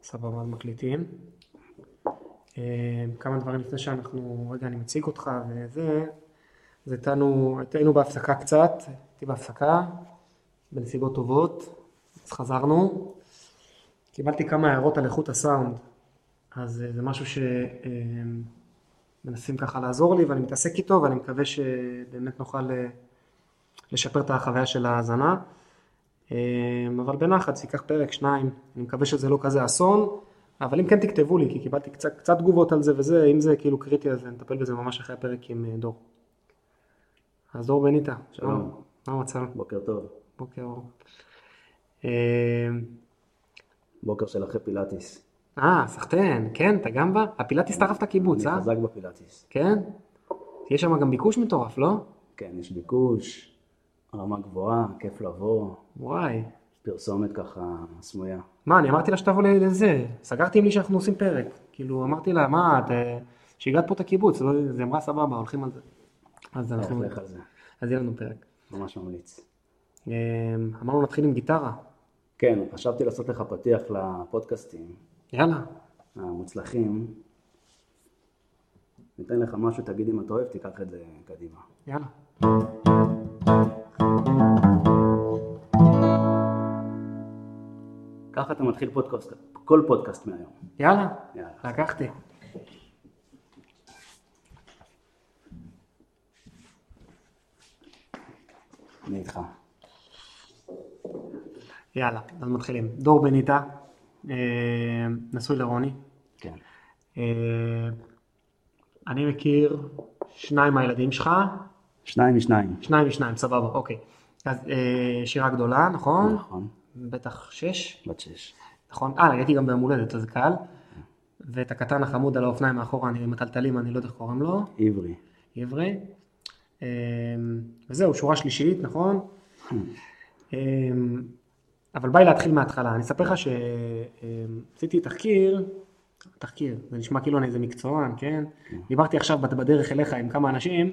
סבבה, אז מקליטים. כמה דברים לפני שאנחנו, רגע, אני מציג אותך וזה, אז היינו בהפסקה קצת, הייתי בהפסקה, בנסיבות טובות, אז חזרנו. קיבלתי כמה הערות על איכות הסאונד, אז זה משהו שמנסים ככה לעזור לי, ואני מתעסק איתו, ואני מקווה שבאמת נוכל לשפר את החוויה של ההאזנה. אבל בנחת, זה ייקח פרק, 2, אני מקווה שזה לא כזה אסון, אבל אם כן תכתבו לי, כי קיבלתי קצת תגובות על זה וזה, אם זה כאילו קריטי, אז נטפל בזה ממש אחרי הפרק עם דור. אז דור בניטה, שלום. מה המצב? בוקר טוב. בוקר אור. בוקר של אחרי פילאטיס. סחטן, כן, אתה גם בא? הפילאטיס טרף את הקיבוץ, אני חזק בפילאטיס. כן? יש שם גם ביקוש מטורף, לא? כן, יש ביקוש, רמה גבוהה, כיף לבוא, וואי. פרסומת ככה סמויה. מה, אני אמרתי לה שתבוא לזה, סגרתי עם לי שאנחנו עושים פרק. כאילו, אמרתי לה, שהגעת פה את הקיבוץ, זה אמרה סבבה, הולכים על זה. אז אנחנו... לך על זה. אז יהיה לנו פרק. ממש ממליץ. אמרנו נתחיל עם גיטרה. כן, חשבתי לעשות לך פתיח לפודקאסטים. יאללה. המוצלחים. ניתן לך משהו, תגיד אם אתה אוהב, תיקח את זה קדימה. יאללה. ככה אתה מתחיל כל פודקאסט מהיום. יאללה. יאללה. לקחתי. אני איתך. יאללה, אז מתחילים. דור בניטה, נשוי לרוני. כן. אני מכיר 2 מהילדים שלך. 2 משניים. 2 משניים, סבבה, אוקיי. אז שירה גדולה, נכון? נכון. בטח 6. בת 6. נכון? הייתי גם במולדת, אז קל. ואת הקטן החמוד על האופניים מאחורה, אני מטלטלים, אני לא יודע איך קוראים לו. עברי. עברי. וזהו, שורה שלישית, נכון? אבל בא לי להתחיל מההתחלה. אני אספר לך שעשיתי תחקיר, זה נשמע כאילו אני איזה מקצוען, כן? דיברתי עכשיו בדרך אליך עם כמה אנשים.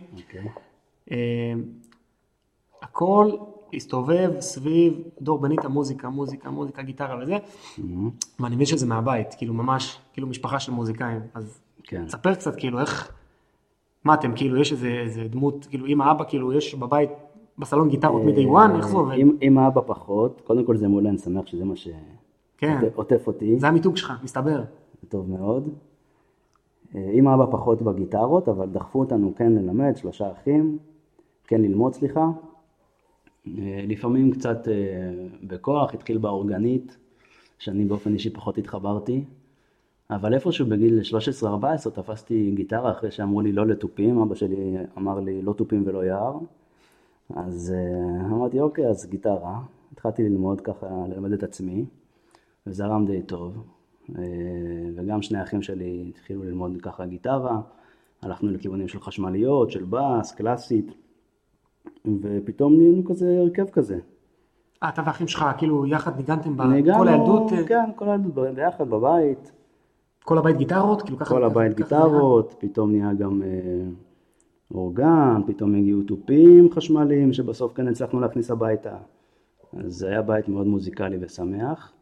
הכל הסתובב סביב דור בניטה, מוזיקה, גיטרה וזה. ואני מבין שזה מהבית, כאילו ממש, כאילו משפחה של מוזיקאים. אז תספר קצת, כאילו איך, מה אתם, כאילו יש איזה דמות, כאילו אמא אבא, כאילו יש בבית, בסלון גיטרות מדי וואן, איך זה עובד? עם אבא פחות, קודם כל זה מעולה, אני שמח שזה מה שעוטף אותי. זה המיתוג שלך, מסתבר. זה טוב מאוד. עם אבא פחות בגיטרות, אבל דחפו אותנו כן ללמד, 3 אחים, כן ללמוד, סליחה. לפעמים קצת בכוח, התחיל באורגנית, שאני באופן אישי פחות התחברתי. אבל איפשהו בגיל 13-14 תפסתי גיטרה אחרי שאמרו לי לא לתופים, אבא שלי אמר לי לא תופים ולא יער. אז אמרתי אוקיי, אז גיטרה, התחלתי ללמוד ככה, ללמד את עצמי, וזרם די טוב, וגם 2 אחים שלי התחילו ללמוד ככה גיטרה, הלכנו לכיוונים של חשמליות, של בס, קלאסית, ופתאום נהיינו כזה הרכב כזה. אתה והאחים שלך כאילו יחד ניגנתם כל הילדות? כן, כל הילדות ביחד בבית. כל הבית גיטרות? כל הבית גיטרות, פתאום נהיה גם... אורגן, פתאום הגיעו טופים חשמליים שבסוף כן הצלחנו להכניס הביתה. אז זה היה בית מאוד מוזיקלי ושמח.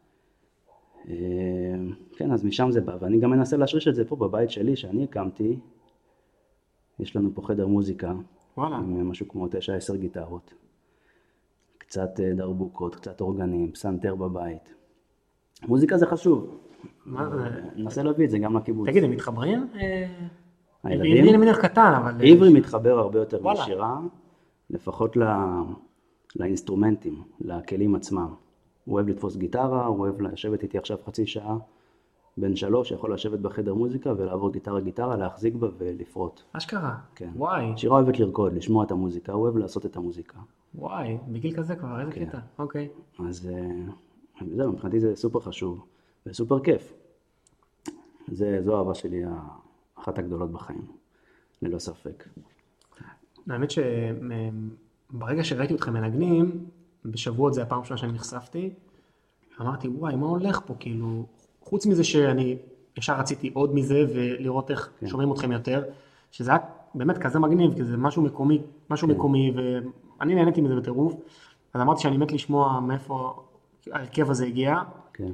כן, אז משם זה בא, ואני גם מנסה להשריש את זה פה בבית שלי שאני הקמתי. יש לנו פה חדר מוזיקה, וואלה. עם משהו כמו 9-10 גיטרות. קצת דרבוקות, קצת אורגנים, פסנתר בבית. מוזיקה זה חשוב. ננסה להביא את זה גם לקיבוץ. תגיד, הם מתחברים? הילדים? עברי אני מניח קטן, אבל... עברי מתחבר הרבה יותר בשירה, לפחות לאינסטרומנטים, לכלים עצמם. הוא אוהב לתפוס גיטרה, הוא אוהב לשבת איתי עכשיו חצי שעה, בן 3, יכול לשבת בחדר מוזיקה ולעבור גיטרה, להחזיק בה ולפרוט. אשכרה? כן. וואי. שירה אוהבת לרקוד, לשמוע את המוזיקה, הוא אוהב לעשות את המוזיקה. וואי, בגיל כזה כבר, איזה קטע, אוקיי. אז זהו, מבחינתי זה סופר חשוב וסופר כיף. זו האהבה שלי, אחת הגדולות בחיים, ללא ספק. האמת שברגע שראיתי אתכם מנגנים, בשבועות זה הפעם ראשונה שאני נחשפתי, אמרתי, וואי, מה הולך פה? כאילו, חוץ מזה שאני ישר רציתי עוד מזה, ולראות איך שומעים אתכם יותר, שזה היה באמת כזה מגניב, כי זה משהו מקומי, ואני נהניתי מזה בטירוף, אז אמרתי שאני מת לשמוע מאיפה ההרכב הזה הגיע,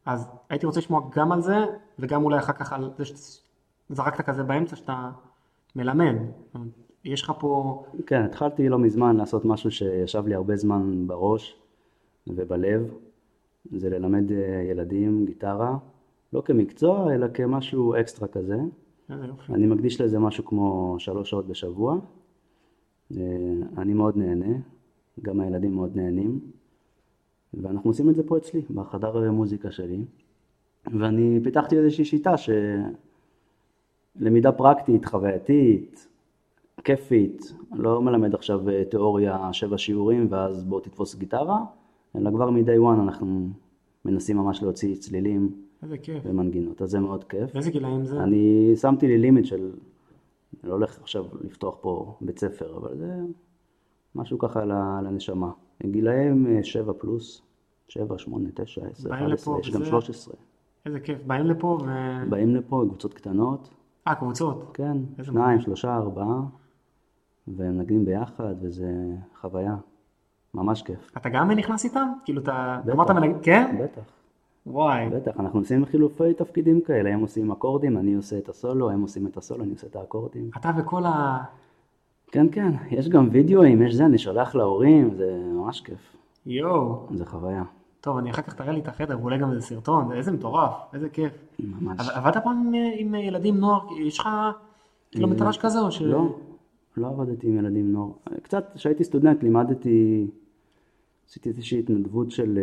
אז הייתי רוצה לשמוע גם על זה, וגם אולי אחר כך על זה שזרקת כזה באמצע שאתה מלמד. יש לך פה... כן, התחלתי לא מזמן לעשות משהו שישב לי הרבה זמן בראש ובלב, זה ללמד ילדים גיטרה, לא כמקצוע, אלא כמשהו אקסטרה כזה. אני מקדיש לזה משהו כמו 3 שעות בשבוע. אני מאוד נהנה, גם הילדים מאוד נהנים, ואנחנו עושים את זה פה אצלי, בחדר מוזיקה שלי. ואני פיתחתי איזושהי שיטה שלמידה פרקטית, חווייתית, כיפית, לא מלמד עכשיו תיאוריה 7 שיעורים ואז בוא תתפוס גיטרה, אלא כבר מ-day one אנחנו מנסים ממש להוציא צלילים ומנגינות, אז זה מאוד כיף. איזה גילאים זה? אני שמתי לי לימיט של, אני לא הולך עכשיו לפתוח פה בית ספר, אבל זה משהו ככה לנשמה. גילאים 7 פלוס, 7, 8, 9, 10, 11, יש גם 13. איזה כיף, באים לפה באים לפה, קבוצות קטנות. קבוצות? כן, 2, 3, 4, והם נגנים ביחד, וזה חוויה. ממש כיף. אתה גם נכנס איתם? כאילו אתה... בטח. כן? בטח. וואי. בטח, אנחנו עושים חילופי תפקידים כאלה, הם עושים אקורדים, אני עושה את הסולו, הם עושים את הסולו, אני עושה את האקורדים. אתה וכל כן, כן, יש גם וידאוים, יש זה, אני שולח להורים, זה ממש כיף. יואו. זה חוויה. טוב, אני אחר כך תראה לי את החדר, ואולי גם איזה סרטון, איזה מטורף, איזה כיף. ממש. עבדת פעם עם ילדים נוער, יש לך קילומטראז' כזה או ש... לא עבדתי עם ילדים נוער. קצת, כשהייתי סטודנט, עשיתי איזושהי התנדבות של...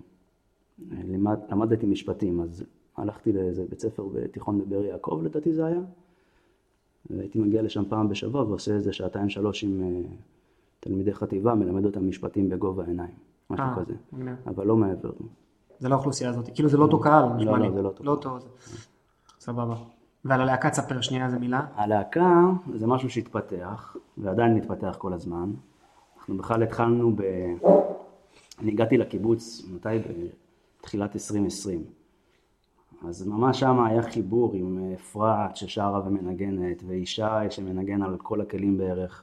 למדתי משפטים, אז הלכתי לאיזה בית ספר בתיכון בבאר יעקב, לדעתי זה היה. והייתי מגיע לשם פעם בשבוע ועושה איזה 2-3 עם תלמידי חטיבה, מלמד אותם משפטים בגובה העיניים, משהו כזה. אבל לא מעבר. זה לא האוכלוסייה הזאת, כאילו זה לא אותו קהל, נשמע לי. לא, זה לא אותו. לא אותו, סבבה. ועל הלהקה תספר שנייה איזה מילה. הלהקה זה משהו שהתפתח, ועדיין מתפתח כל הזמן. אנחנו בכלל התחלנו אני הגעתי לקיבוץ, מתי? בתחילת 2020. אז ממש שם היה חיבור עם אפרת ששרה ומנגנת, וישי שמנגן על כל הכלים בערך,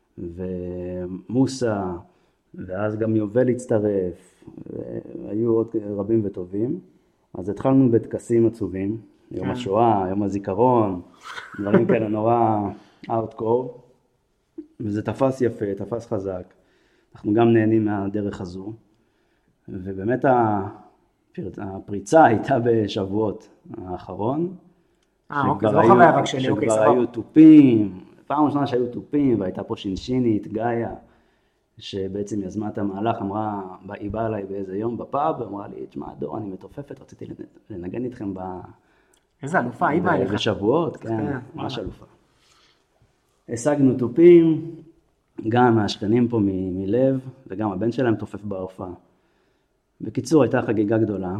ומוסה, ואז גם יובל הצטרף, והיו עוד רבים וטובים. אז התחלנו בטקסים עצובים, יום השואה, יום הזיכרון, דברים כאלה נורא הארדקור, וזה תפס יפה, תפס חזק. אנחנו גם נהנים מהדרך הזו, ובאמת הפריצה הייתה בשבועות האחרון. אוקיי, זה לא חוויה רק שלי, אוקיי, סבבה. שכבר היו טופים, פעם ראשונה שהיו טופים, והייתה פה שינשינית, גאיה, שבעצם יזמה את המהלך, היא באה אליי באיזה יום בפאב, אמרה לי, תשמע, דור, אני מתופפת, רציתי לנגן איתכם איזה אלופה, היא באה אליך. בשבועות, כן, ממש אלופה. השגנו טופים, גם מהשכנים פה מלב, וגם הבן שלהם תופף בהופעה. בקיצור, הייתה חגיגה גדולה,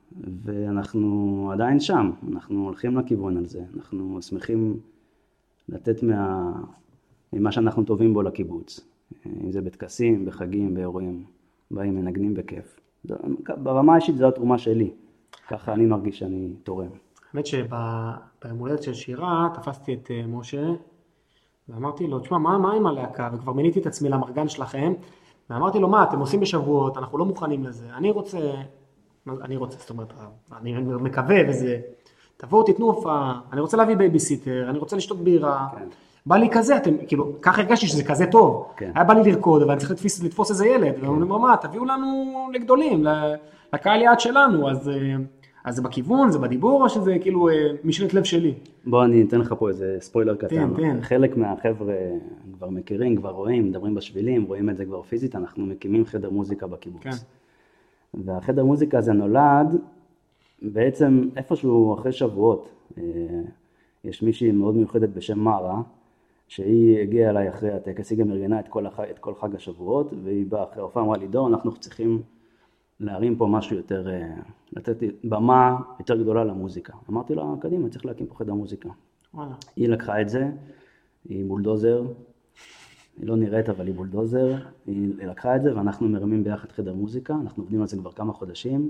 ואנחנו עדיין שם, אנחנו הולכים לכיוון על זה, אנחנו שמחים לתת ממה שאנחנו טובים בו לקיבוץ, אם זה בטקסים, בחגים, באירועים, באים מנגנים בכיף. ברמה האישית זו התרומה שלי, ככה אני מרגיש שאני תורם. האמת שביום הולדת של שירה תפסתי את משה, ואמרתי לו, תשמע, מה עם הלהקה? וכבר מיניתי את עצמי למרגן שלכם, ואמרתי לו, מה, אתם עושים בשבועות, אנחנו לא מוכנים לזה. אני רוצה, זאת אומרת, אני מקווה וזה, תבואו, תיתנו הופעה, אני רוצה להביא בייביסיטר, אני רוצה לשתות בירה, כן. בא לי כזה, כאילו, ככה הרגשתי שזה כזה טוב. כן. היה בא לי לרקוד, אבל אני צריך לתפוס איזה ילד, כן. ואומרים לו, מה, תביאו לנו לגדולים, לקהל יעד שלנו, אז זה בכיוון, זה בדיבור, או שזה כאילו משנת לב שלי? בוא, אני אתן לך פה איזה ספוילר קטן. תן. חלק מהחבר'ה כבר מכירים, כבר רואים, מדברים בשבילים, רואים את זה כבר פיזית, אנחנו מקימים חדר מוזיקה בקיבוץ. כן. והחדר מוזיקה הזה נולד בעצם איפשהו אחרי שבועות. יש מישהי מאוד מיוחדת בשם מרה, שהיא הגיעה אליי אחרי הטקס, היא גם ארגנה את כל חג השבועות, והיא באה אחרי ההופעה, אמרה לי, דור, אנחנו צריכים להרים פה משהו יותר, לתת במה יותר גדולה למוזיקה. אמרתי לה, קדימה, צריך להקים פה חדר מוזיקה. וואלה. היא לקחה את זה, היא בולדוזר, היא לא נראית אבל היא בולדוזר, היא לקחה את זה ואנחנו מרימים ביחד חדר מוזיקה, אנחנו עובדים על זה כבר כמה חודשים,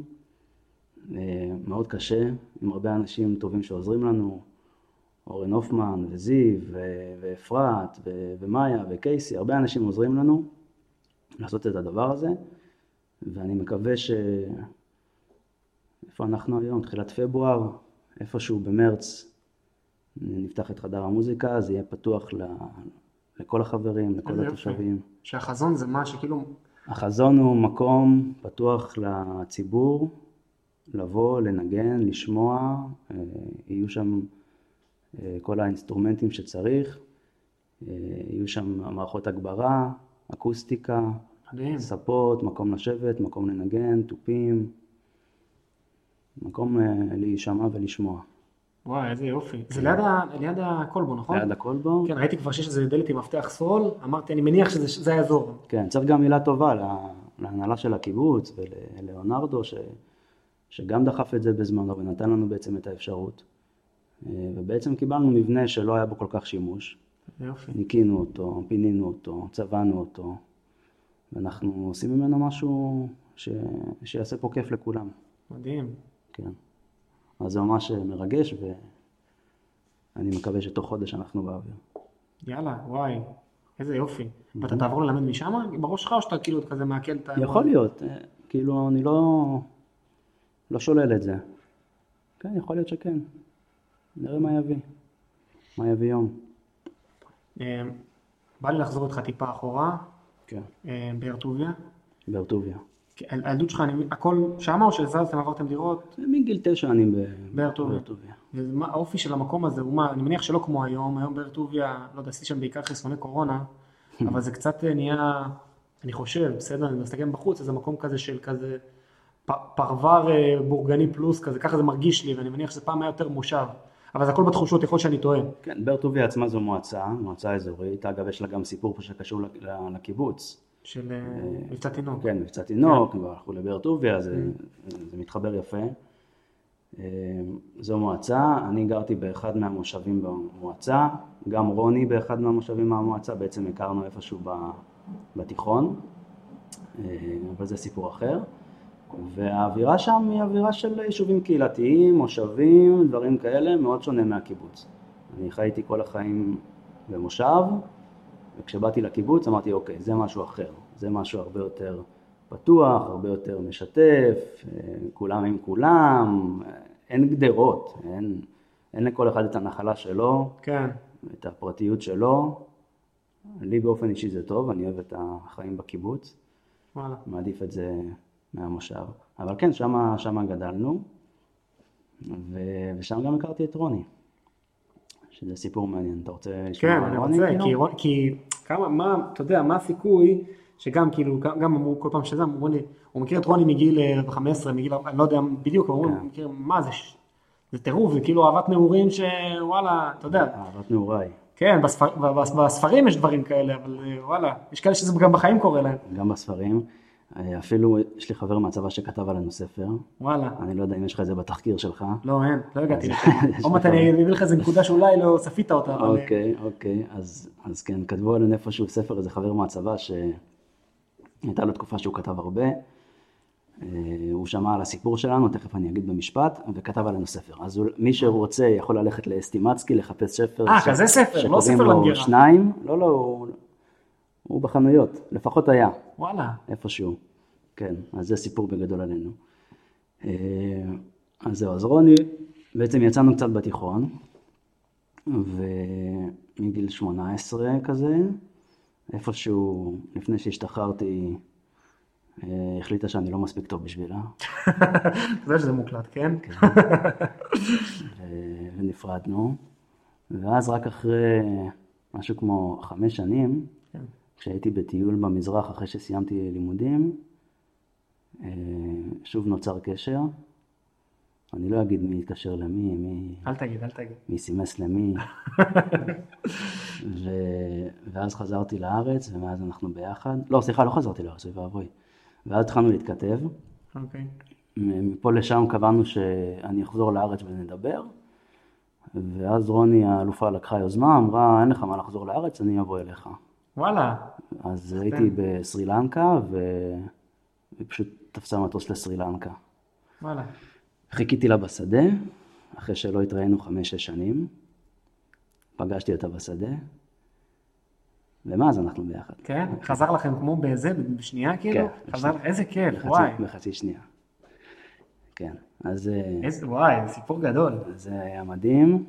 מאוד קשה, עם הרבה אנשים טובים שעוזרים לנו, אורן הופמן וזיו ואפרת ומאיה וקייסי, הרבה אנשים עוזרים לנו לעשות את הדבר הזה, ואני מקווה איפה אנחנו היום? תחילת פברואר, איפשהו במרץ נפתח את חדר המוזיקה, זה יהיה פתוח לכל החברים, לכל איזה התושבים. שהחזון זה מה שכאילו, החזון הוא מקום פתוח לציבור, לבוא, לנגן, לשמוע, יהיו שם כל האינסטרומנטים שצריך, יהיו שם מערכות הגברה, אקוסטיקה, מדהים. ספות, מקום לשבת, מקום לנגן, תופים, מקום להישמע ולשמוע. וואי, איזה יופי. זה ליד הקולבו, נכון? ליד הקולבו. כן, ראיתי כבר שיש איזה דלת עם מפתח סול, אמרתי, אני מניח שזה האזור. כן, צריך גם מילה טובה להנהלה של הקיבוץ ולאונרדו, שגם דחף את זה בזמנו ונתן לנו בעצם את האפשרות. ובעצם קיבלנו מבנה שלא היה בו כל כך שימוש. יופי. ניקינו אותו, פינינו אותו, צבענו אותו, ואנחנו עושים ממנו משהו שיעשה פה כיף לכולם. מדהים. כן. אז זה ממש מרגש, ואני מקווה שתוך חודש אנחנו באוויר. יאללה, וואי, איזה יופי. ואתה תעבור ללמד משם בראש שלך, או שאתה כאילו כזה מעכל את ה... יכול להיות, כאילו אני לא שולל את זה. כן, יכול להיות שכן. נראה מה יביא יום. בא לי לחזור איתך טיפה אחורה, כן. באר טוביה. באר טוביה. הילדות שלך, הכל שמה או שזזתם, עברתם דירות? מגיל 9 אני באר טוביה. האופי של המקום הזה הוא מה, אני מניח שלא כמו היום באר טוביה, לא יודע, עשיתי שם בעיקר חיסוני קורונה, אבל זה קצת נהיה, אני חושב, בסדר, אני מסתכל בחוץ, איזה מקום כזה של כזה פרבר בורגני פלוס כזה, ככה זה מרגיש לי, ואני מניח שזה פעם היה יותר מושב, אבל זה הכל בתחושות, יכול שאני טועה. כן, באר טוביה עצמה זו מועצה אזורית, אגב יש לה גם סיפור פה שקשור לקיבוץ. של מבצע תינוק. כן, מבצע תינוק, והלכו לבאר טוביה, זה מתחבר יפה. זו מועצה, אני גרתי באחד מהמושבים במועצה, גם רוני באחד מהמושבים מהמועצה, בעצם הכרנו איפשהו בתיכון, אבל זה סיפור אחר. והאווירה שם היא אווירה של יישובים קהילתיים, מושבים, דברים כאלה, מאוד שונה מהקיבוץ. אני חייתי כל החיים במושב, וכשבאתי לקיבוץ אמרתי, אוקיי, זה משהו אחר, זה משהו הרבה יותר פתוח, הרבה יותר משתף, כולם עם כולם, אין גדרות, אין לכל אחד את הנחלה שלו, כן. את הפרטיות שלו. לי באופן אישי זה טוב, אני אוהב את החיים בקיבוץ, וואלה. מעדיף את זה מהמושב. אבל כן, שמה גדלנו, ושם גם הכרתי את רוני, שזה סיפור מעניין. אתה רוצה לשמוע כן, על רוני? כן, אני רוצה, כי אתה יודע, מה הסיכוי שגם כאילו, גם אמרו כל פעם שזה, אמרו לי, הוא מכיר את רוני מגיל 15, מגיל, אני לא יודע בדיוק, אמרו, הוא מכיר, מה זה טירוף, זה כאילו אהבת נעורים שוואלה, אתה יודע. אהבת נעוריי. כן, בספרים יש דברים כאלה, אבל וואלה, יש כאלה שזה גם בחיים קורה להם. גם בספרים. אפילו יש לי חבר מהצבא שכתב עלינו ספר. וואלה. אני לא יודע אם יש לך את זה בתחקיר שלך. לא, אין, לא הגעתי לך. עוד מעט אני אביא לך איזה נקודה שאולי לא ספית אותה. אוקיי. אז כן, כתבו עלינו איפשהו ספר, איזה חבר מהצבא שהייתה לו תקופה שהוא כתב הרבה. הוא שמע על הסיפור שלנו, תכף אני אגיד במשפט, וכתב עלינו ספר. אז מי שרוצה יכול ללכת לאסטימצקי, לחפש ספר. כזה ספר, לא ספר למגירה. שקוראים לו שניים. לא, הוא בחנויות, לפחות היה. וואלה. איפשהו. כן, אז זה סיפור בגדול עלינו. אז זהו, אז רוני, בעצם יצאנו קצת בתיכון, ומגיל 18 כזה, איפשהו, לפני שהשתחררתי, החליטה שאני לא מספיק טוב בשבילה. אתה יודע שזה מוקלט, כן? כן. ונפרדנו, ואז רק אחרי משהו כמו 5 שנים, כשהייתי בטיול במזרח אחרי שסיימתי לימודים, שוב נוצר קשר. אני לא אגיד מי התקשר למי, אל תגיד. מי סימס למי. ואז חזרתי לארץ, ומאז אנחנו ביחד. לא, סליחה, לא חזרתי לארץ, ואבוי. ואז התחלנו להתכתב. אוקיי. מפה לשם קבענו שאני אחזור לארץ ונדבר. ואז רוני האלופה לקחה יוזמה, אמרה, אין לך מה לחזור לארץ, אני אבוא אליך. וואלה. אז הייתי בסרי לנקה, ופשוט תפסה מטוס לסרי לנקה. וואלה. חיכיתי לה בשדה, אחרי שלא התראינו 5-6 שנים. פגשתי אותה בשדה, ומאז אנחנו ביחד. כן? חזר לכם כמו בזה, בשנייה כאילו? כן. חזר, איזה כיף, וואי. בחצי שנייה. כן, אז וואי, זה סיפור גדול. זה היה מדהים,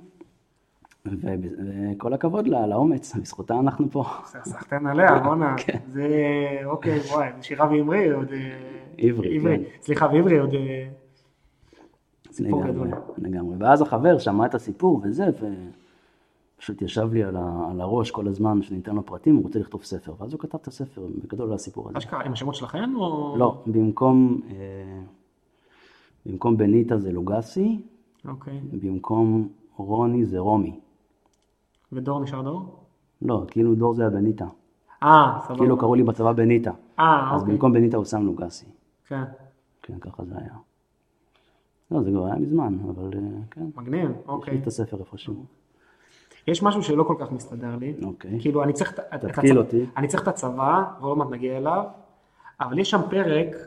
וכל הכבוד לה, לאומץ, בזכותה אנחנו פה. סחתן עליה, בוא'נה. זה, אוקיי, וואי, זה שירה ועברי, עוד... עברי, כן. סליחה, ועברי, עוד... סיפור גדול. לגמרי. ואז החבר שמע את הסיפור וזה, ופשוט ישב לי על הראש כל הזמן שניתן לו פרטים, הוא רוצה לכתוב ספר. ואז הוא כתב את הספר, בגדול על הסיפור הזה. אשכרה, עם השמות שלכם או... לא, במקום בניטה זה לוגסי, אוקיי. במקום רוני זה רומי. ודור נשאר דור? לא, כאילו דור זה הבניטה. סבבה. כאילו קראו לי בצבא בניטה. אז אוקיי. במקום בניטה הוא שם לוגסי. כן. כן, ככה זה היה. לא, זה כבר היה מזמן, אבל כן. מגניב, יש אוקיי. לי את הספר איפשהו. יש משהו שלא כל כך מסתדר לי. אוקיי. כאילו, אני צריך תתקיל אותי. אני צריך את הצבא, ועוד מעט נגיע אליו, אבל יש שם פרק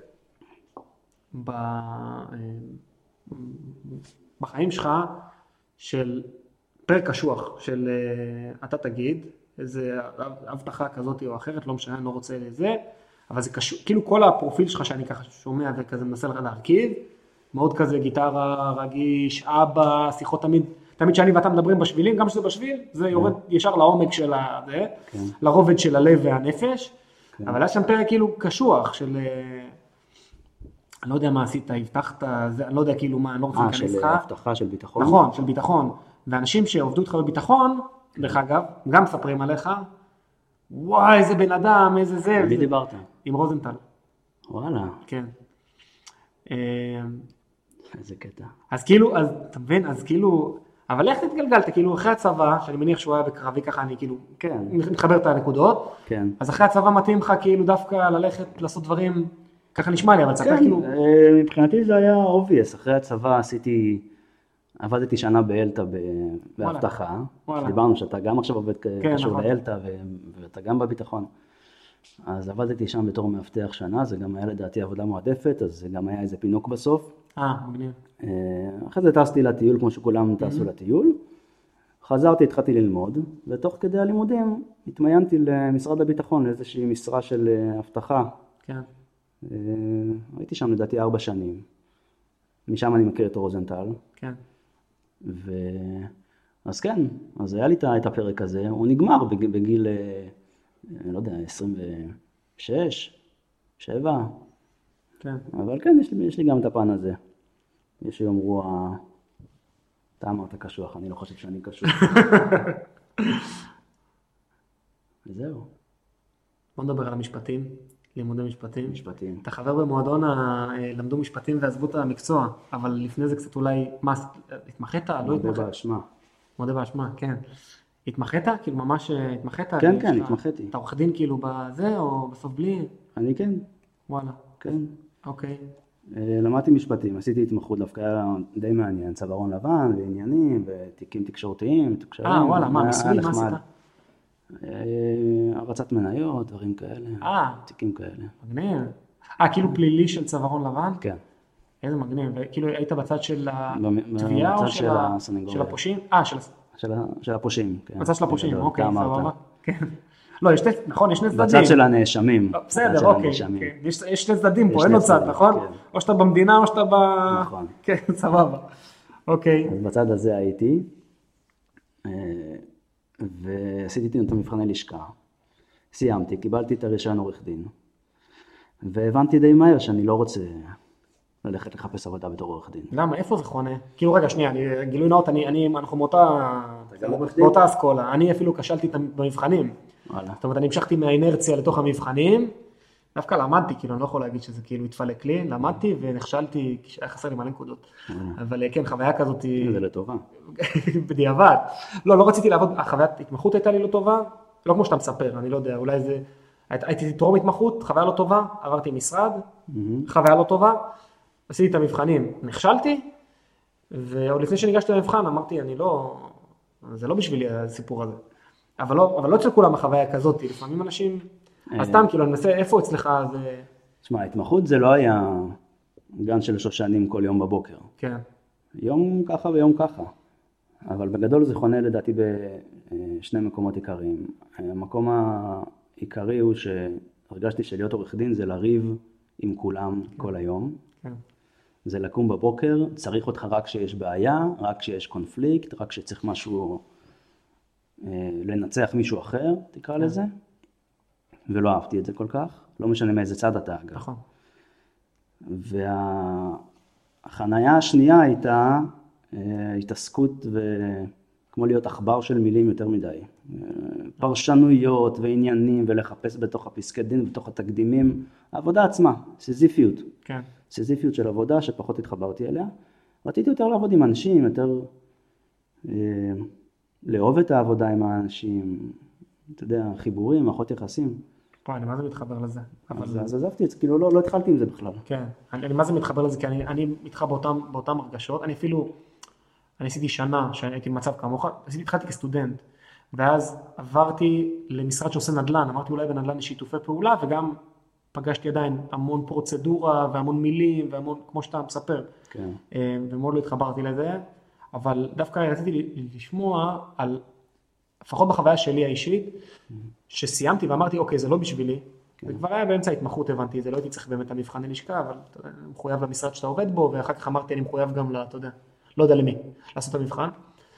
בחיים שלך של פרק קשוח, של אתה תגיד, איזה הבטחה כזאת או אחרת, לא משנה, אני לא רוצה לזה, אבל זה קשור, כאילו כל הפרופיל שלך שאני ככה שומע וכזה מנסה להרכיב, מאוד כזה גיטרה, רגיש, אבא, שיחות תמיד שאני ואתה מדברים בשבילים, גם שזה בשביל, זה יורד ישר לעומק של זה, לרובד של הלב והנפש, אבל היה שם פרק כאילו קשוח של, אני לא יודע מה עשית, הבטחת, אני לא יודע כאילו מה, אני לא רוצה להיכנס לך. של הבטחה, של ביטחון. נכון, של ביטחון, ואנשים שעובדו איתך בביטחון, דרך אגב, גם מספרים עליך, וואי, איזה בן אדם, איזה זה. מי דיברת? עם רוזנטל. וואלה. כן. איזה קטע. אז כאילו, אתה מבין, אז כאילו, אבל איך תתגלגלת? כאילו, אחרי הצבא, שאני מניח שהוא היה בקרבי, ככה אני כאילו, כן. מתחבר את הנקודות, כן. אז אחרי הצבא מתאים לך כאילו דווקא ללכת, לעשות דברים, ככה נשמע לי, אבל ספר כאילו... מבחינתי זה היה obvious, אחרי הצבא עבדתי שנה באלטה בהבטחה, דיברנו שאתה גם עכשיו עובד קשור לאלטה ואתה גם בביטחון, אז עבדתי שם בתור מאבטח שנה, זה גם היה לדעתי עבודה מועדפת, אז זה גם היה איזה פינוק בסוף. מגניב. אחרי זה טסתי לטיול כמו שכולם טסו לטיול, חזרתי, התחלתי ללמוד, ותוך כדי הלימודים התמיינתי למשרד הביטחון, לאיזושהי משרה של הבטחה. כן. הייתי שם לדעתי 4 שנים, משם אני מכיר את רוזנטל. כן. אז כן, אז היה לי את הפרק הזה, הוא נגמר בגיל, אני לא יודע, 26, 7, כן. אבל כן, יש לי גם את הפן הזה. יש שיאמרו, אתה אמרת קשוח, אני לא חושב שאני קשוח. וזהו. בוא נדבר על המשפטים, לימודי משפטים. משפטים. אתה חבר במועדון למדו משפטים ועזבו את המקצוע, אבל לפני זה קצת אולי, מה, התמחית? לא התמחית? מודה באשמה. מודה באשמה, כן. התמחית? כאילו ממש התמחית? כן, כן, התמחיתי. אתה עורך דין כאילו בזה או בסוף בלי? אני כן. וואלה. כן. אוקיי. למדתי משפטים, עשיתי התמחות דווקא היה די מעניין, צווארון לבן ועניינים ותיקים תקשורתיים, וואלה, מה, מיסוי, מה עשית? הרצת מניות, דברים כאלה, תיקים כאלה. מגניב. של פלילי של צווארון לבן? כן. איזה מגניב, וכאילו היית בצד של התביעה או של הפושעים? של הפושעים, כן. בצד של הפושעים, אוקיי, סבבה. כן. לא, נכון, יש שני צדדים. בצד של הנאשמים. בסדר, אוקיי. יש שני צדדים פה, אין עוד צד, נכון? או שאתה במדינה או שאתה נכון. כן, סבבה. אוקיי. אז בצד הזה הייתי, ועשיתי את המבחני לשכה. סיימתי, קיבלתי את הרישיון עורך דין, והבנתי די מהר שאני לא רוצה ללכת לחפש עבודה בתור עורך דין. למה? איפה זה חונה? כאילו רגע, שנייה, גילוי נאות, אנחנו מאותה אסכולה, אני אפילו כשלתי במבחנים. זאת אומרת, אני המשכתי מהאינרציה לתוך המבחנים, דווקא למדתי, כאילו, אני לא יכול להגיד שזה כאילו התפלק לי, למדתי ונכשלתי, היה חסר לי מלא נקודות. אבל כן, חוויה כזאת... זה לטובה. בדיעבד. לא רציתי לעבוד, החוויית התמחות הייתה לי לא טובה, לא כמו שאתה מספר, אני לא יודע, אולי זה... הייתי טרום התמחות, חוויה לא טובה, עברתי משרד, חוויה לא טובה, עשיתי את המבחנים, נכשלתי, ועוד לפני שניגשתי למבחן, אמרתי, זה לא בשבילי הסיפור הזה. אבל לא אצל כולם החוויה כזאת, לפעמים אנשים, אז סתם, כאילו, אני מנסה, איפה אצלך זה... תשמע, התמחות זה לא היה גן של שושנים כל יום בבוקר. כן. יום ככה ויום ככה. אבל בגדול זה חונה לדעתי בשני מקומות עיקריים. המקום העיקרי הוא שהרגשתי שלהיות עורך דין זה לריב עם כולם כל היום. כן. זה לקום בבוקר, צריך אותך רק כשיש בעיה, רק כשיש קונפליקט, רק כשצריך משהו, לנצח מישהו אחר, תקרא לזה. ולא אהבתי את זה כל כך, לא משנה מאיזה צד אתה אגב. נכון. והחנייה השנייה הייתה התעסקות כמו להיות עכבר של מילים יותר מדי. פרשנויות ועניינים ולחפש בתוך הפסקי דין, בתוך התקדימים, העבודה עצמה, סיזיפיות. כן. סיזיפיות של עבודה שפחות התחברתי אליה. רציתי יותר לעבוד עם אנשים, יותר לאהוב את העבודה עם האנשים, אתה יודע, חיבורים, מערכות יחסים. אני מה זה מתחבר לזה? אז עזבתי את זה, כאילו לא התחלתי עם זה בכלל. כן, אני מה זה מתחבר לזה, כי אני איתך באותם הרגשות, אני עשיתי שנה שהייתי במצב כמוך, התחלתי כסטודנט, ואז עברתי למשרד שעושה נדל"ן, אמרתי אולי בנדל"ן יש שיתופי פעולה, וגם פגשתי עדיין המון פרוצדורה והמון מילים, והמון, כמו שאתה מספר, כן. ומאוד לא התחברתי לזה, אבל דווקא רציתי לשמוע על, לפחות בחוויה שלי האישית, שסיימתי ואמרתי, אוקיי, זה לא בשבילי, זה כבר היה באמצע ההתמחות, הבנתי, זה לא הייתי צריך באמת המבחני לשכה, אבל אני מחויב למשרד שאתה עובד בו, ואחר כך אמרתי, אני מחויב גם אתה יודע, לא יודע למי, לעשות את המבחן.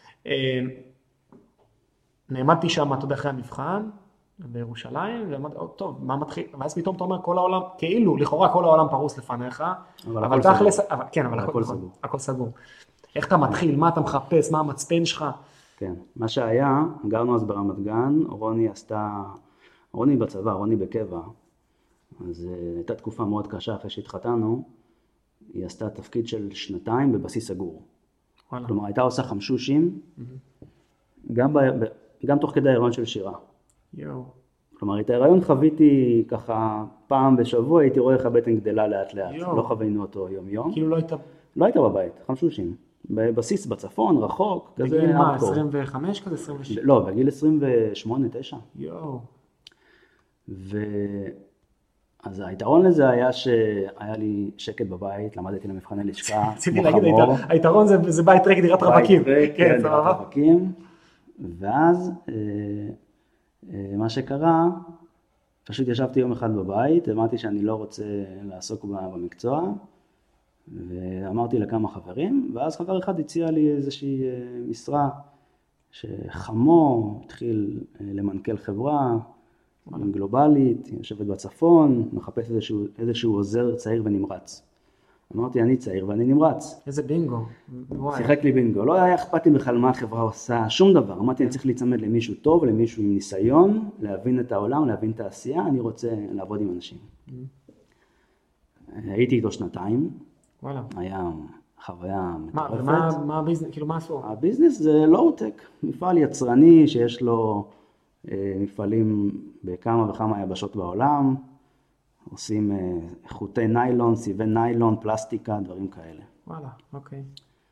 נעמדתי שם, אתה יודע, אחרי המבחן, בירושלים, ואמרתי, טוב, מה מתחיל? ואז פתאום אתה אומר, כל העולם, כאילו, לכאורה כל העולם פרוס לפניך, אבל תכלס, כן, אבל הכל סגור. איך אתה מתחיל? מה אתה מחפש? מה המצפן שלך? כן, מה שהיה, גרנו אז ברמת גן, רוני בצבא, רוני בקבע, אז הייתה תקופה מאוד קשה אחרי שהתחתנו, היא עשתה תפקיד של 2 בבסיס סגור. כלומר, הייתה עושה חמשושים, גם תוך כדי ההיריון של שירה. כלומר, את ההיריון חוויתי ככה פעם בשבוע, הייתי רואה איך הבטן גדלה לאט לאט, לא חווינו אותו יום יום. כאילו לא היית בבית, חמשושים. בבסיס בצפון, רחוק, כזה. בגיל מה, 25 כזה, 26? לא, בגיל 28, 9. אז היתרון לזה היה שהיה לי שקט בבית, למדתי למבחני לשכה. רציתי להגיד, היתרון זה בית ריק, דירת רווקים. כן, דירת רווקים. ואז מה שקרה, פשוט ישבתי יום אחד בבית, אמרתי שאני לא רוצה לעסוק במקצוע, ואמרתי לכמה חברים, ואז חבר אחד הציע לי איזושהי משרה, שחמו התחיל למנכ"ל חברה, גלובלית, יושבת בצפון, מחפש איזשהו עוזר צעיר ונמרץ. אמרתי, אני צעיר ואני נמרץ. איזה בינגו. שיחק לי בינגו. לא היה אכפת לי בכלל מה החברה עושה, שום דבר. אמרתי, אני צריך להצמד למישהו טוב, למישהו עם ניסיון, להבין את העולם, להבין את העשייה, אני רוצה לעבוד עם אנשים. הייתי איתו 2. היה חוויה מטורפת. מה הביזנס? כאילו מה עשו? הביזנס זה לואו-טק, מפעל יצרני שיש לו מפעלים בכמה וכמה יבשות בעולם, עושים חוטי ניילון, סיבי ניילון, פלסטיקה, דברים כאלה. וואלה, אוקיי.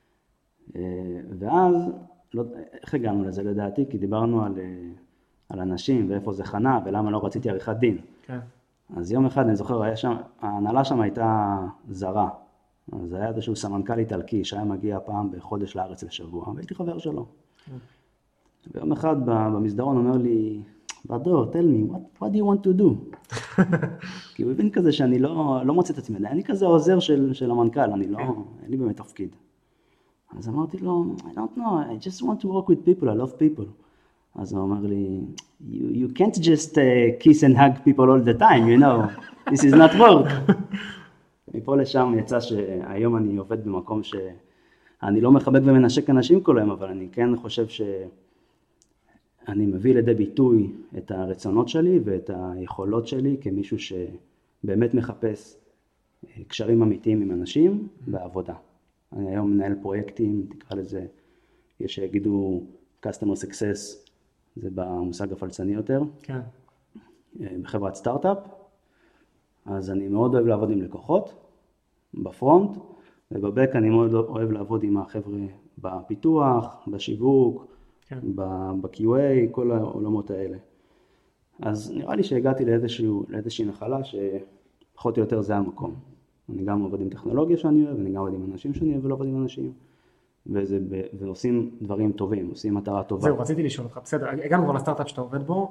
ואז, איך הגענו לזה לדעתי? כי דיברנו על אנשים ואיפה זה חנה ולמה לא רציתי עריכת דין. כן. אז יום אחד אני זוכר, ההנהלה שם הייתה זרה. אז היה איזשהו סמנכ"ל איטלקי שהיה מגיע פעם בחודש לארץ לשבוע, והייתי חבר שלו. ויום אחד במסדרון אומר לי, בדור, tell me, what do you want to do? כי הוא הבין כזה שאני לא מוצא את עצמי, אני כזה עוזר של המנכ"ל, אין לי באמת תפקיד. אז אמרתי לו, I don't know, I just want to work with people, I love people. אז הוא אומר לי, you can't just kiss and hug people all the time, you know, this is not work. מפה לשם יצא שהיום אני עובד במקום שאני לא מחבק ומנשק אנשים כל היום, אבל אני כן חושב שאני מביא לידי ביטוי את הרצונות שלי ואת היכולות שלי כמישהו שבאמת מחפש קשרים אמיתיים עם אנשים בעבודה. אני היום מנהל פרויקטים, תקרא לזה, יש שיגידו customer success, זה במושג הפלצני יותר, כן. בחברת סטארט-אפ. אז אני מאוד אוהב לעבוד עם לקוחות, בפרונט, ובבק אני מאוד אוהב לעבוד עם החבר'ה בפיתוח, בשיווק, כן. ב-QA, כל העולמות האלה. אז נראה לי שהגעתי לאיזושהי נחלה שפחות או יותר זה המקום. אני גם עובד עם טכנולוגיה שאני אוהב, אני גם עובד עם אנשים שאני אוהב ולא עובד עם אנשים, ועושים דברים טובים, עושים מטרה טובה. זהו, רציתי לשאול אותך, בסדר, הגענו כבר לסטארט-אפ שאתה עובד בו.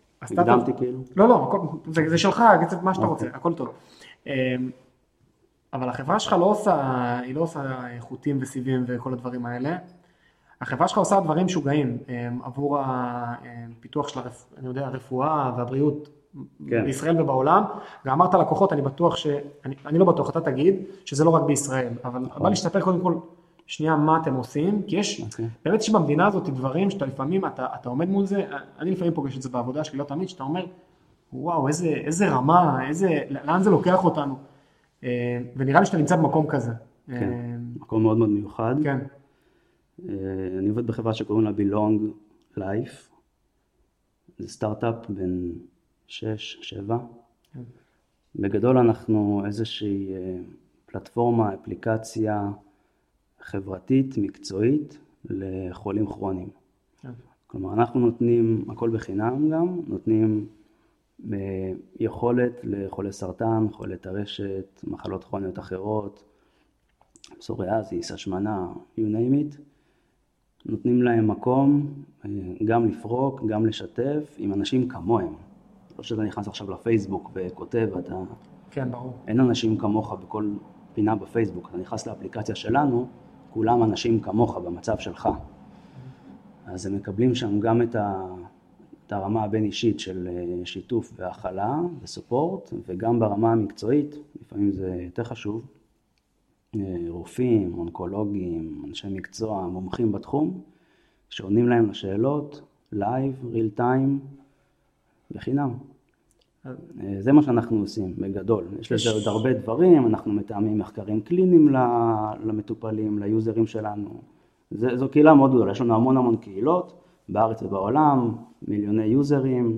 הקדמתי כאילו? לא, זה שלך, מה שאתה רוצה, הכל טוב. אבל החברה שלך היא לא עושה חוטים וסיבים וכל הדברים האלה. החברה שלך עושה דברים משוגעים עבור הפיתוח של אני יודע, הרפואה והבריאות בישראל ובעולם. ואמרת לקוחות, אני בטוח אני לא בטוח, אתה תגיד שזה לא רק בישראל, אבל בא להשתפר קודם כל שנייה מה אתם עושים, כי באמת יש במדינה הזאת דברים שאתה לפעמים, אתה עומד מול זה, אני לפעמים פוגש את זה בעבודה שלי, לא תמיד, שאתה אומר, וואו, איזה רמה, לאן זה לוקח אותנו. ונראה לי שאתה נמצא במקום כזה. כן, מקום מאוד מאוד מיוחד. כן. אני עובד בחברה שקוראים לה Belong Life. זה סטארט-אפ בין 6-7. בגדול אנחנו איזושהי פלטפורמה, אפליקציה חברתית, מקצועית, לחולים כרוניים. כלומר, אנחנו נותנים, הכל בחינם גם, נותנים יכולת לחולי סרטן, חולי טרשת, מחלות כרוניות אחרות, פסוריאזיס, השמנה, you name it. נותנים להם מקום גם לפרוק, גם לשתף עם אנשים כמוהם. לא שאתה נכנס עכשיו לפייסבוק וכותב, אתה... כן, ברור. אין אנשים כמוך בכל פינה בפייסבוק. אתה נכנס לאפליקציה שלנו, כולם אנשים כמוך במצב שלך. אז הם מקבלים שם גם את הרמה הבין אישית של שיתוף והכלה וסופורט, וגם ברמה המקצועית, לפעמים זה יותר חשוב, רופאים, אונקולוגים, אנשי מקצוע, מומחים בתחום, שעונים להם לשאלות, לייב, ריל טיים, בחינם. זה מה שאנחנו עושים, בגדול. יש לזה עוד הרבה דברים, אנחנו מתאמים מחקרים קליניים למטופלים, ליוזרים שלנו. זו קהילה מאוד גדולה, יש לנו המון קהילות, בארץ ובעולם, מיליוני יוזרים,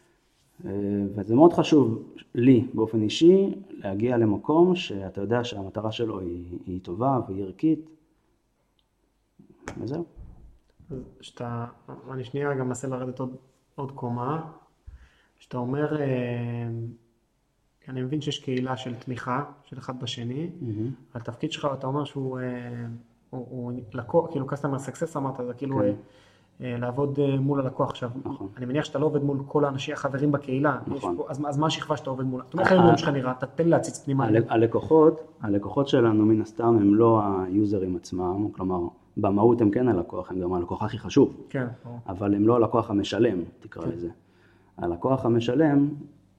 וזה מאוד חשוב לי באופן אישי להגיע למקום שאתה יודע שהמטרה שלו היא טובה והיא ערכית, וזהו. אני שנייה גם מנסה לרדת עוד קומה, שאתה אומר, אני מבין שיש קהילה של תמיכה, של אחד בשני, התפקיד שלך, אתה אומר שהוא לקוח, כאילו customer success אמרת, זה כאילו לעבוד מול הלקוח עכשיו. אני מניח שאתה לא עובד מול כל האנשים, החברים בקהילה, אז מה השכבה שאתה עובד מולה? זאת אומרת, איך היום שלך נראה? תן להציץ פנימה. הלקוחות שלנו מן הסתם הם לא היוזרים עצמם, כלומר, במהות הם כן הלקוח, הם גם הלקוח הכי חשוב. כן. אבל הם לא הלקוח המשלם, תקרא לזה. הלקוח המשלם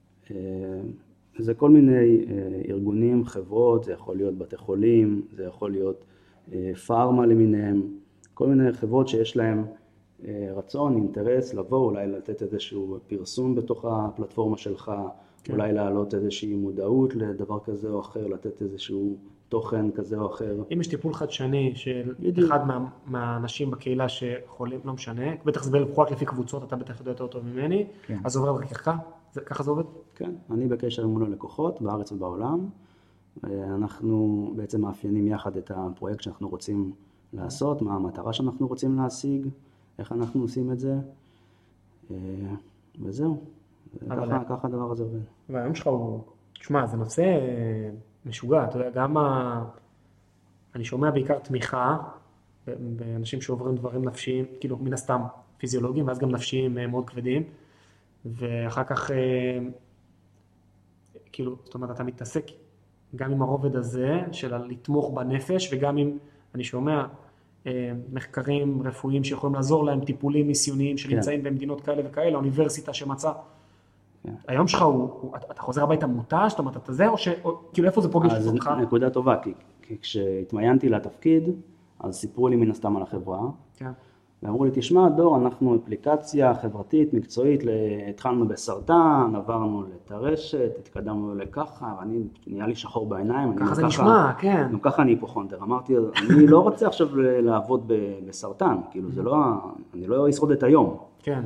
זה כל מיני ארגונים, חברות, זה יכול להיות בתי חולים, זה יכול להיות פארמה למיניהם, כל מיני חברות שיש להם רצון, אינטרס, לבוא, אולי לתת איזשהו פרסום בתוך הפלטפורמה שלך, אולי להעלות איזושהי מודעות לדבר כזה או אחר, לתת איזשהו תוכן כזה או אחר. אם יש טיפול חדשני של אחד מהאנשים בקהילה שחולים, לא משנה, בטח זה בלפחות לפי קבוצות, אתה בטח יודע יותר טוב ממני, אז זה עובר ככה זה עובד? כן, אני בקשר מול הלקוחות בארץ ובעולם, אנחנו בעצם מאפיינים יחד את הפרויקט שאנחנו רוצים לעשות, מה המטרה שאנחנו רוצים להשיג, איך אנחנו עושים את זה, וזהו. ככה הדבר הזה עובד. והיום שלך הוא, תשמע, זה נושא משוגע, אתה יודע, גם אני שומע בעיקר תמיכה באנשים שעוברים דברים נפשיים, כאילו מן הסתם פיזיולוגיים, ואז גם נפשיים מאוד כבדים, ואחר כך, כאילו, זאת אומרת, אתה מתעסק גם עם הרובד הזה של לתמוך בנפש, וגם עם, אני שומע, מחקרים רפואיים שיכולים לעזור להם, טיפולים ניסיוניים שנמצאים במדינות כאלה וכאלה, האוניברסיטה שמצא. היום שלך אתה חוזר הביתה מותש, זאת אומרת, אתה זה, או כאילו איפה זה פוגש אותך? אז נקודה טובה, כי כשהתמיינתי לתפקיד, אז סיפרו לי מן הסתם על החברה, ואמרו לי, תשמע, דור, אנחנו אפליקציה חברתית, מקצועית, התחלנו בסרטן, עברנו לטרשת, התקדמנו לככה, ואני נהיה לי שחור בעיניים. ככה זה נשמע, כן. גם ככה אני היפוכונדר. אמרתי, אני לא רוצה עכשיו לעבוד בסרטן, כאילו זה לא, אני לא אשרוד את היום. כן.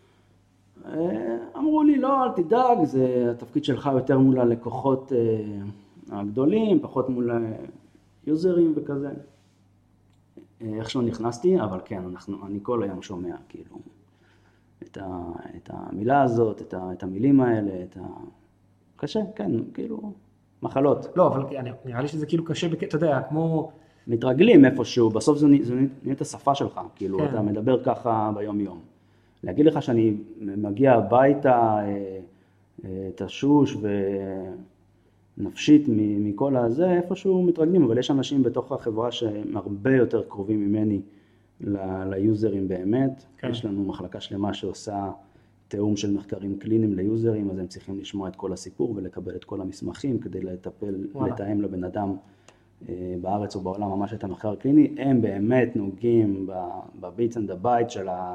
אמרו לי, לא, אל תדאג, זה התפקיד שלך יותר מול הלקוחות הגדולים, פחות מול היוזרים וכזה. איך שלא נכנסתי, אבל כן, אני כל היום שומע, כאילו, את המילה הזאת, את המילים האלה, קשה, כן, כאילו, מחלות. לא, אבל נראה לי שזה כאילו קשה, אתה יודע, כמו... מתרגלים איפשהו, בסוף זה נהיה את השפה שלך, כאילו, אתה מדבר ככה ביום יום. להגיד לך שאני מגיע הביתה, תשוש נפשית מכל הזה, איפשהו מתרגלים, אבל יש אנשים בתוך החברה שהם הרבה יותר קרובים ממני ליוזרים באמת. כן. יש לנו מחלקה שלמה שעושה תיאום של מחקרים קליניים ליוזרים, אז הם צריכים לשמוע את כל הסיפור ולקבל את כל המסמכים כדי לתאם לבן אדם בארץ או בעולם ממש את המחקר הקליני. הם באמת נוגעים בביטס אנד הבייט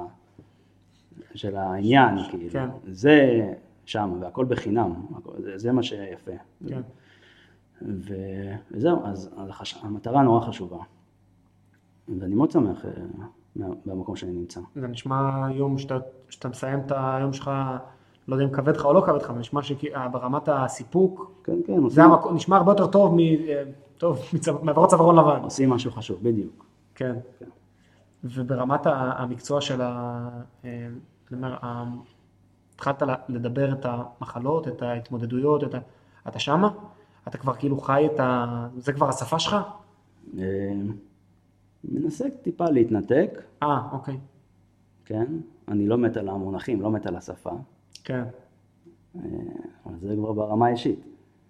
של העניין, כאילו. כן. זה שם, והכל בחינם, זה מה שיפה. כן. וזהו, אז המטרה נורא חשובה. ואני מאוד שמח במקום שאני נמצא. זה נשמע יום שאתה מסיים את היום שלך, לא יודע אם כבד לך או לא כבד לך, אבל נשמע שברמת הסיפוק, כן, כן. זה נשמע הרבה יותר טוב מעברות צווארון לבן. עושים משהו חשוב, בדיוק. כן. וברמת המקצוע של התחלת לדבר את המחלות, את ההתמודדויות, אתה שמה? אתה כבר כאילו חי זה כבר השפה שלך? מנסה טיפה להתנתק. אוקיי. כן, אני לא מת על המונחים, לא מת על השפה. כן. אבל זה כבר ברמה האישית.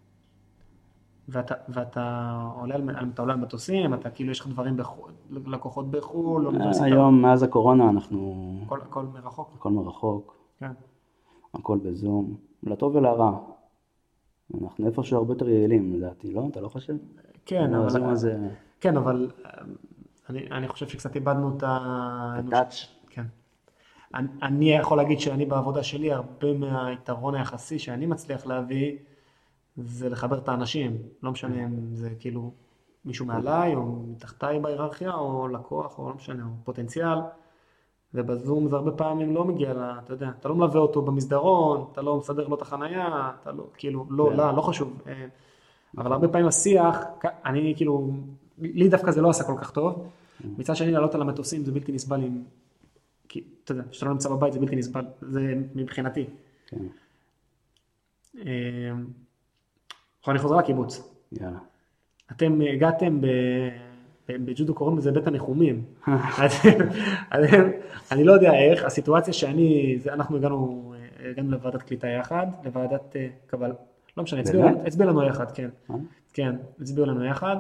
ואתה עולה על מטוסים, אתה כאילו יש לך דברים לקוחות בחו"ל, היום, מאז הקורונה, אנחנו... הכל מרחוק? הכל מרחוק. כן. הכל בזום, לטוב ולרע. אנחנו איפשהו הרבה יותר יעילים, לדעתי, לא? אתה לא חושב? כן, אבל... כן, אבל אני חושב שקצת איבדנו את הטאץ'. כן. אני יכול להגיד שאני בעבודה שלי, הרבה מהיתרון היחסי שאני מצליח להביא, זה לחבר את האנשים. לא משנה אם זה כאילו מישהו מעליי, או מתחתיי בהיררכיה, או לקוח, או לא משנה, או פוטנציאל. ובזום זה הרבה פעמים לא מגיע אתה יודע, אתה לא מלווה אותו במסדרון, אתה לא מסדר לו את החנייה, אתה לא, כאילו, לא חשוב. אבל הרבה פעמים השיח, אני כאילו, לי דווקא זה לא עשה כל כך טוב. מצד שני, לעלות על המטוסים זה בלתי נסבל כי, אתה יודע, שאתה לא נמצא בבית זה בלתי נסבל, זה מבחינתי. אני חוזר לקיבוץ. יאללה. אתם הגעתם בג'ודו קוראים לזה בית הניחומים. אני לא יודע איך, הסיטואציה אנחנו הגענו לוועדת קליטה יחד, לוועדת קבל, לא משנה, הצביעו לנו יחד, כן. כן, הצביעו לנו יחד.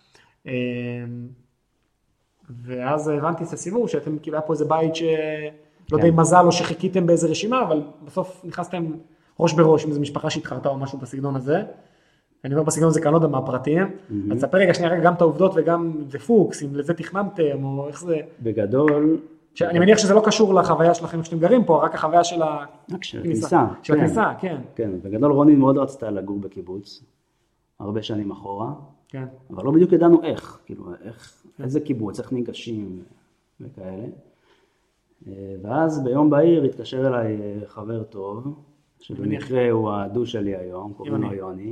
ואז הבנתי את הסיבוב, שאתם כאילו היה פה איזה בית שלא יודע אם מזל או שחיכיתם באיזה רשימה, אבל בסוף נכנסתם ראש בראש עם איזו משפחה שהתחרתה או משהו בסגנון הזה. אני אומר בסגנון הזה כאן לא יודע מה הפרטים, אז תספר רגע שנייה גם את העובדות וגם זה פוקס, אם לזה תכננתם או איך זה... בגדול... אני מניח שזה לא קשור לחוויה שלכם שאתם גרים פה, רק החוויה של הכניסה. של הכניסה, כן. כן, בגדול רוני מאוד רצתה לגור בקיבוץ, הרבה שנים אחורה, כן. אבל לא בדיוק ידענו איך, כאילו, איזה קיבוץ, איך ניגשים וכאלה. ואז ביום בהיר התקשר אליי חבר טוב, שבמקרה הוא הדו שלי היום, קוראים לו יוני.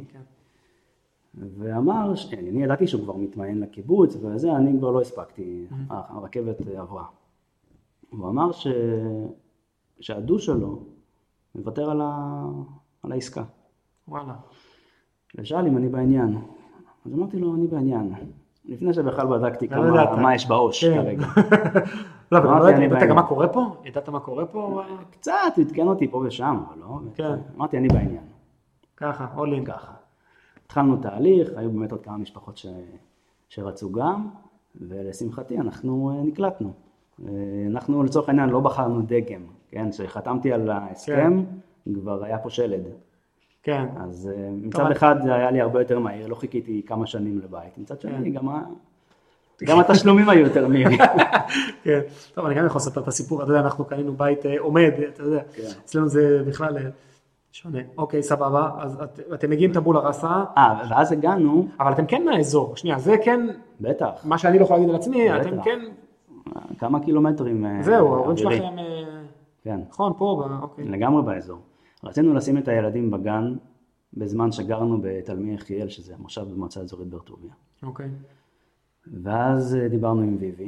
ואמר, אני ידעתי שהוא כבר מתמיין לקיבוץ וזה, אני כבר לא הספקתי, הרכבת עברה. הוא אמר שהדו שלו מוותר על העסקה. וואלה. ושאל אם אני בעניין. אז אמרתי לו, אני בעניין. לפני שבכלל בדקתי מה יש בעוש כרגע. לא, אבל ידעת גם מה קורה פה? ידעת מה קורה פה? קצת, התקן אותי פה ושם, אבל לא. אמרתי, אני בעניין. ככה, אולין. ככה. התחלנו תהליך, היו באמת עוד כמה משפחות שרצו גם, ולשמחתי אנחנו נקלטנו. אנחנו לצורך העניין לא בחרנו דגם, כן? כשחתמתי על ההסכם, כבר היה פה שלד. כן. אז מצד אחד זה היה לי הרבה יותר מהיר, לא חיכיתי כמה שנים לבית. מצד שני, גם התשלומים היו יותר מהירים. כן. טוב, אני גם יכול לספר את הסיפור, אתה יודע, אנחנו קנינו בית עומד, אתה יודע, אצלנו זה בכלל... שונה, אוקיי, סבבה, אז אתם מגיעים טבולה רסה. ואז הגענו. אבל אתם כן מהאזור, שנייה, זה כן. בטח. מה שאני לא יכול להגיד על עצמי, אתם כן. כמה קילומטרים. זהו, ההורים שלכם. כן. נכון, פה, אוקיי. לגמרי באזור. רצינו לשים את הילדים בגן, בזמן שגרנו בתלמי יחיאל, שזה מושב במועצה אזורית באר טוביה. אוקיי. ואז דיברנו עם ויבי,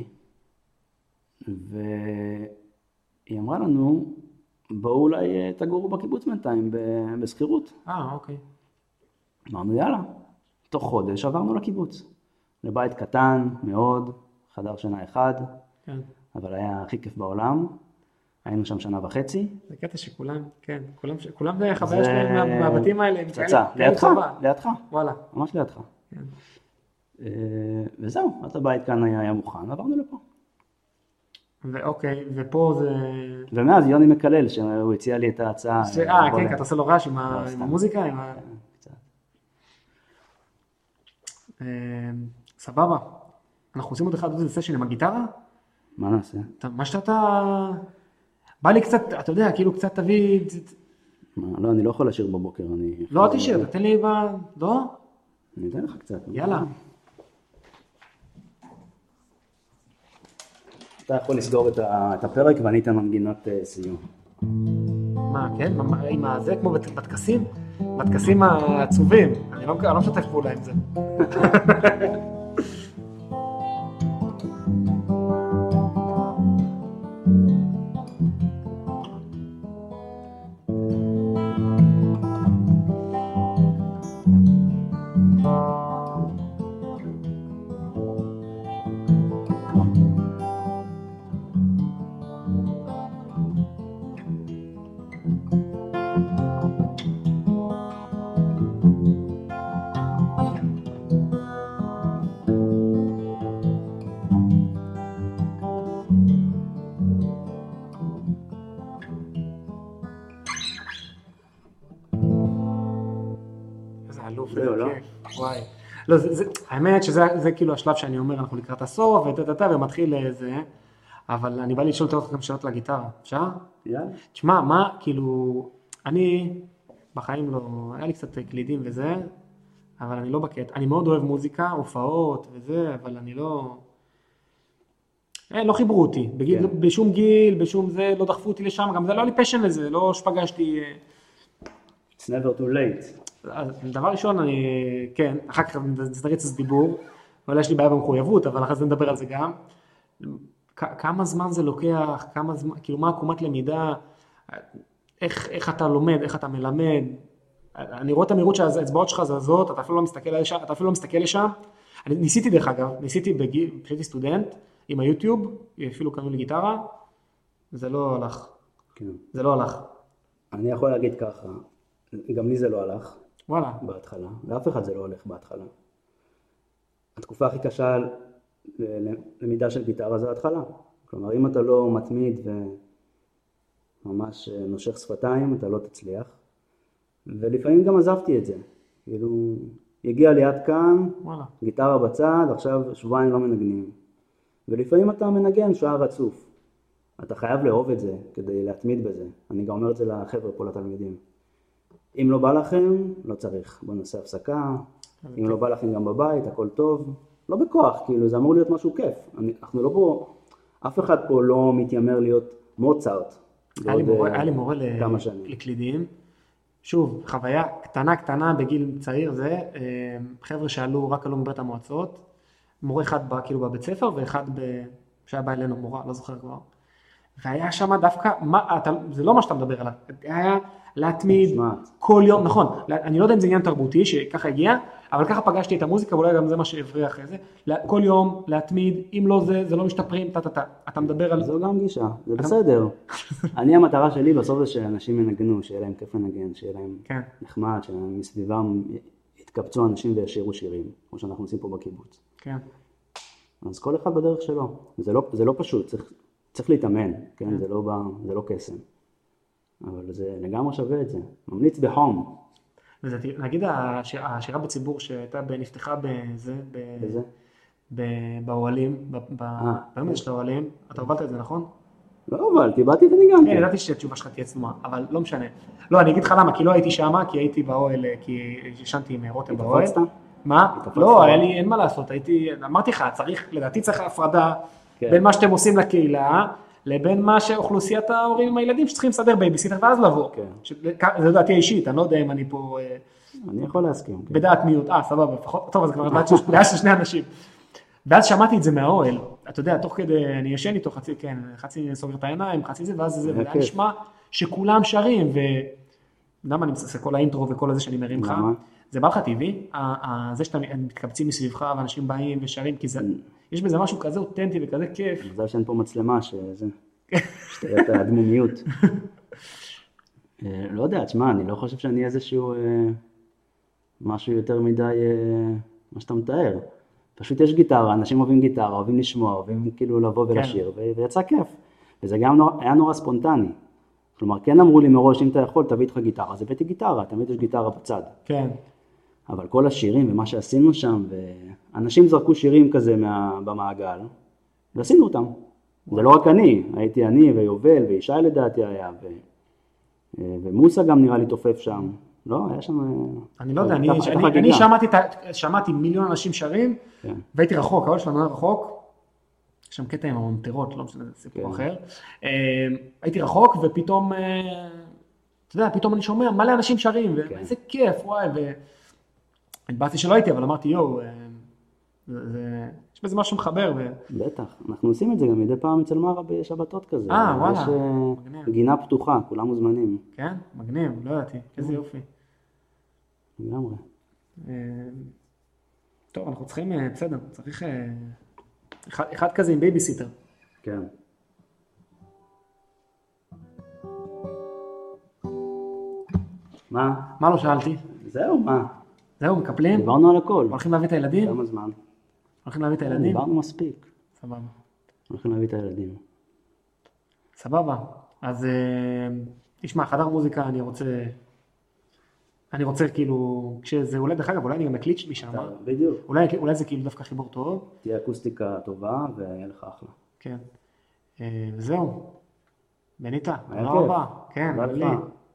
והיא אמרה לנו, בואו אולי תגורו בקיבוץ בינתיים בסחירות. אוקיי. אמרנו יאללה, תוך חודש עברנו לקיבוץ. לבית קטן מאוד, חדר שינה אחד, כן. אבל היה הכי כיף בעולם. היינו שם 1.5 שנה. זה קטע שכולם, כן, כולם זה חוויה שלהם מהבתים האלה. פצצה, לידך, וואלה. ממש לידך. כן. וזהו, אז הבית כאן היה מוכן, עברנו לפה. ואוקיי, ופה זה... ומאז יוני מקלל, שהוא הציע לי את ההצעה. כן, אתה עושה לו רעש עם המוזיקה, קצת. סבבה. אנחנו עושים עוד אחד איזה סשן עם הגיטרה? מה נעשה? מה שאתה... בא לי קצת, אתה יודע, כאילו קצת תביא... לא, אני לא יכול לשיר בבוקר, לא, אל תשאיר, תתן לי לא? אני אתן לך קצת. יאללה. אתה יכול לסגור את הפרק ואני אתן מנגינת סיום. מה, כן? עם זה כמו בטקסים? בטקסים העצובים. אני לא משתף פעולה עם זה. וואי. לא, האמת שזה כאילו השלב שאני אומר, אנחנו לקראת הסוף, ומתחיל זה, אבל אני בא לשאול אותך גם שאלות לגיטרה, אפשר? יאללה. תשמע, מה, כאילו, אני בחיים לא, היה לי קצת קלידים וזה, אבל אני לא בקטע, אני מאוד אוהב מוזיקה, הופעות וזה, אבל אני לא חיברו אותי, בשום גיל, בשום זה, לא דחפו אותי לשם, גם זה לא היה לי פשן לזה, לא שפגשתי... It's never too late. דבר ראשון, כן, אחר כך נריץ איזה דיבור, אבל יש לי בעיה במחויבות, אבל אחרי זה נדבר על זה גם. כמה זמן זה לוקח, כאילו מה עקומת למידה, איך אתה לומד, איך אתה מלמד. אני רואה את המהירות שהאצבעות שלך זזות, אתה אפילו לא מסתכל לשם. אני ניסיתי דרך אגב, כשהייתי סטודנט, עם היוטיוב, אפילו קנו לי גיטרה, זה לא הלך. זה לא הלך. אני יכול להגיד ככה, גם לי זה לא הלך. וואלה. בהתחלה, ואף אחד זה לא הולך בהתחלה. התקופה הכי קשה ללמידה של גיטרה זה ההתחלה. כלומר, אם אתה לא מתמיד וממש נושך שפתיים, אתה לא תצליח. ולפעמים גם עזבתי את זה. כאילו, הגיע לי עד כאן, וואלה. גיטרה בצד, עכשיו שבועיים לא מנגנים. ולפעמים אתה מנגן שעה רצוף. אתה חייב לאהוב את זה כדי להתמיד בזה. אני גם אומר את זה לחבר'ה פה, לתלמידים. אם לא בא לכם, לא צריך. בוא נעשה הפסקה. אם לא בא לכם גם בבית, הכל טוב. לא בכוח, כאילו, זה אמור להיות משהו כיף. אנחנו לא פה, אף אחד פה לא מתיימר להיות מוצרט. היה לי מורה לקלידים. שוב, חוויה קטנה בגיל צעיר זה, חבר'ה שעלו, רק עלו מברית המועצות. מורה אחד בא כאילו בבית ספר, ואחד שהיה בא אלינו מורה, לא זוכר כבר. והיה שם דווקא, זה לא מה שאתה מדבר עליו, היה להתמיד כל יום, נכון, אני לא יודע אם זה עניין תרבותי שככה הגיע, אבל ככה פגשתי את המוזיקה, ואולי גם זה מה שהבריע אחרי זה, כל יום להתמיד, אם לא זה לא משתפרים, אתה מדבר על... זו גם גישה, זה בסדר. המטרה שלי בסוף זה שאנשים ינגנו, שיהיה להם כיף לנגן, שיהיה להם נחמד, שמסביבם יתקבצו אנשים וישירו שירים, כמו שאנחנו עושים פה בקיבוץ. כן. אז כל אחד בדרך שלו, זה לא פשוט, צריך להתאמן, כן? זה לא קסם. אבל זה לגמרי שווה את זה. ממליץ בחום. וזה, נגיד, השירה בציבור שהייתה נפתחה באוהלים, ביום של האוהלים, אתה הובלת את זה, נכון? לא הובלתי, באתי וניגנתי. כן, ידעתי שהתשובה שלך תהיה צנועה, אבל לא משנה. לא, אני אגיד לך למה, כי לא הייתי שמה, כי הייתי באוהל, כי ישנתי עם רותם באוהל. התפצת? מה? לא, היה לי, אין מה לעשות, אמרתי לך, לדעתי צריך הפרדה בין מה שאתם עושים לקהילה, לבין מה שאוכלוסיית ההורים עם הילדים שצריכים לסדר בייביסיטר ואז לבוא. זה דעתי האישית, אני לא יודע אם אני פה... אני יכול להסכים. בדעת מיעוט, סבבה, טוב, אז כבר דעה של שני אנשים. ואז שמעתי את זה מהאוהל, אתה יודע, תוך כדי, אני ישן איתו חצי סוגר את העיניים, חצי זה, ואז זה היה נשמע שכולם שרים, ולמה אני מסתכל כל האינטרו וכל הזה שאני מרים לך, זה בא לך טבעי, זה שאתם מתקבצים מסביבך ואנשים באים ושרים, כי יש בזה משהו כזה אותנטי וכזה כיף. זה שאין פה מצלמה שזה... שטויות הדמומיות. לא יודע, תשמע, אני לא חושב שאני איזשהו משהו יותר מדי, מה שאתה מתאר. פשוט יש גיטרה, אנשים אוהבים גיטרה, אוהבים לשמוע, אוהבים כאילו לבוא ולשיר, ויצא כיף. וזה גם היה נורא ספונטני. כלומר, כן אמרו לי מראש, אם אתה יכול, תביא איתך גיטרה. אז הבאתי גיטרה, תמיד יש גיטרה בצד. כן. אבל כל השירים ומה שעשינו שם, ואנשים זרקו שירים כזה במעגל, ועשינו אותם. זה לא רק אני, הייתי אני ויובל וישי לדעתי היה, ומוסה גם נראה לי תופף שם. לא, היה שם... אני לא יודע, אני שמעתי מיליון אנשים שרים, והייתי רחוק, האול שלנו היה רחוק, יש שם קטע עם הממטרות, לא משנה, זה סיפור אחר. הייתי רחוק, ופתאום, אתה יודע, פתאום אני שומע מלא אנשים שרים, ואיזה כיף, וואי, והתבאסתי שלא הייתי, אבל אמרתי, יואו, יש בזה משהו מחבר. בטח, אנחנו עושים את זה גם מדי פעם אצל מרה בשבתות כזה. וואלה, יש גינה פתוחה, כולם מוזמנים. כן, מגניב, לא ידעתי, איזה יופי. לגמרי. טוב, אנחנו צריכים, בסדר, צריך אחד כזה עם בייביסיטר. כן. מה? מה לא שאלתי? זהו, מה? זהו, מקפלים? דיברנו על הכל. הולכים להביא את הילדים? כמה זמן? הולכים להביא את הילדים? דיברנו מספיק. סבבה. הולכים להביא את הילדים. סבבה. אז תשמע, חדר מוזיקה אני רוצה כאילו, כשזה אולי דרך אגב, אולי אני גם אקליט משם. בדיוק. אולי זה כאילו דווקא חיבור טוב. תהיה אקוסטיקה טובה ויהיה לך אחלה. כן. וזהו. בניתה, תודה רבה. כן,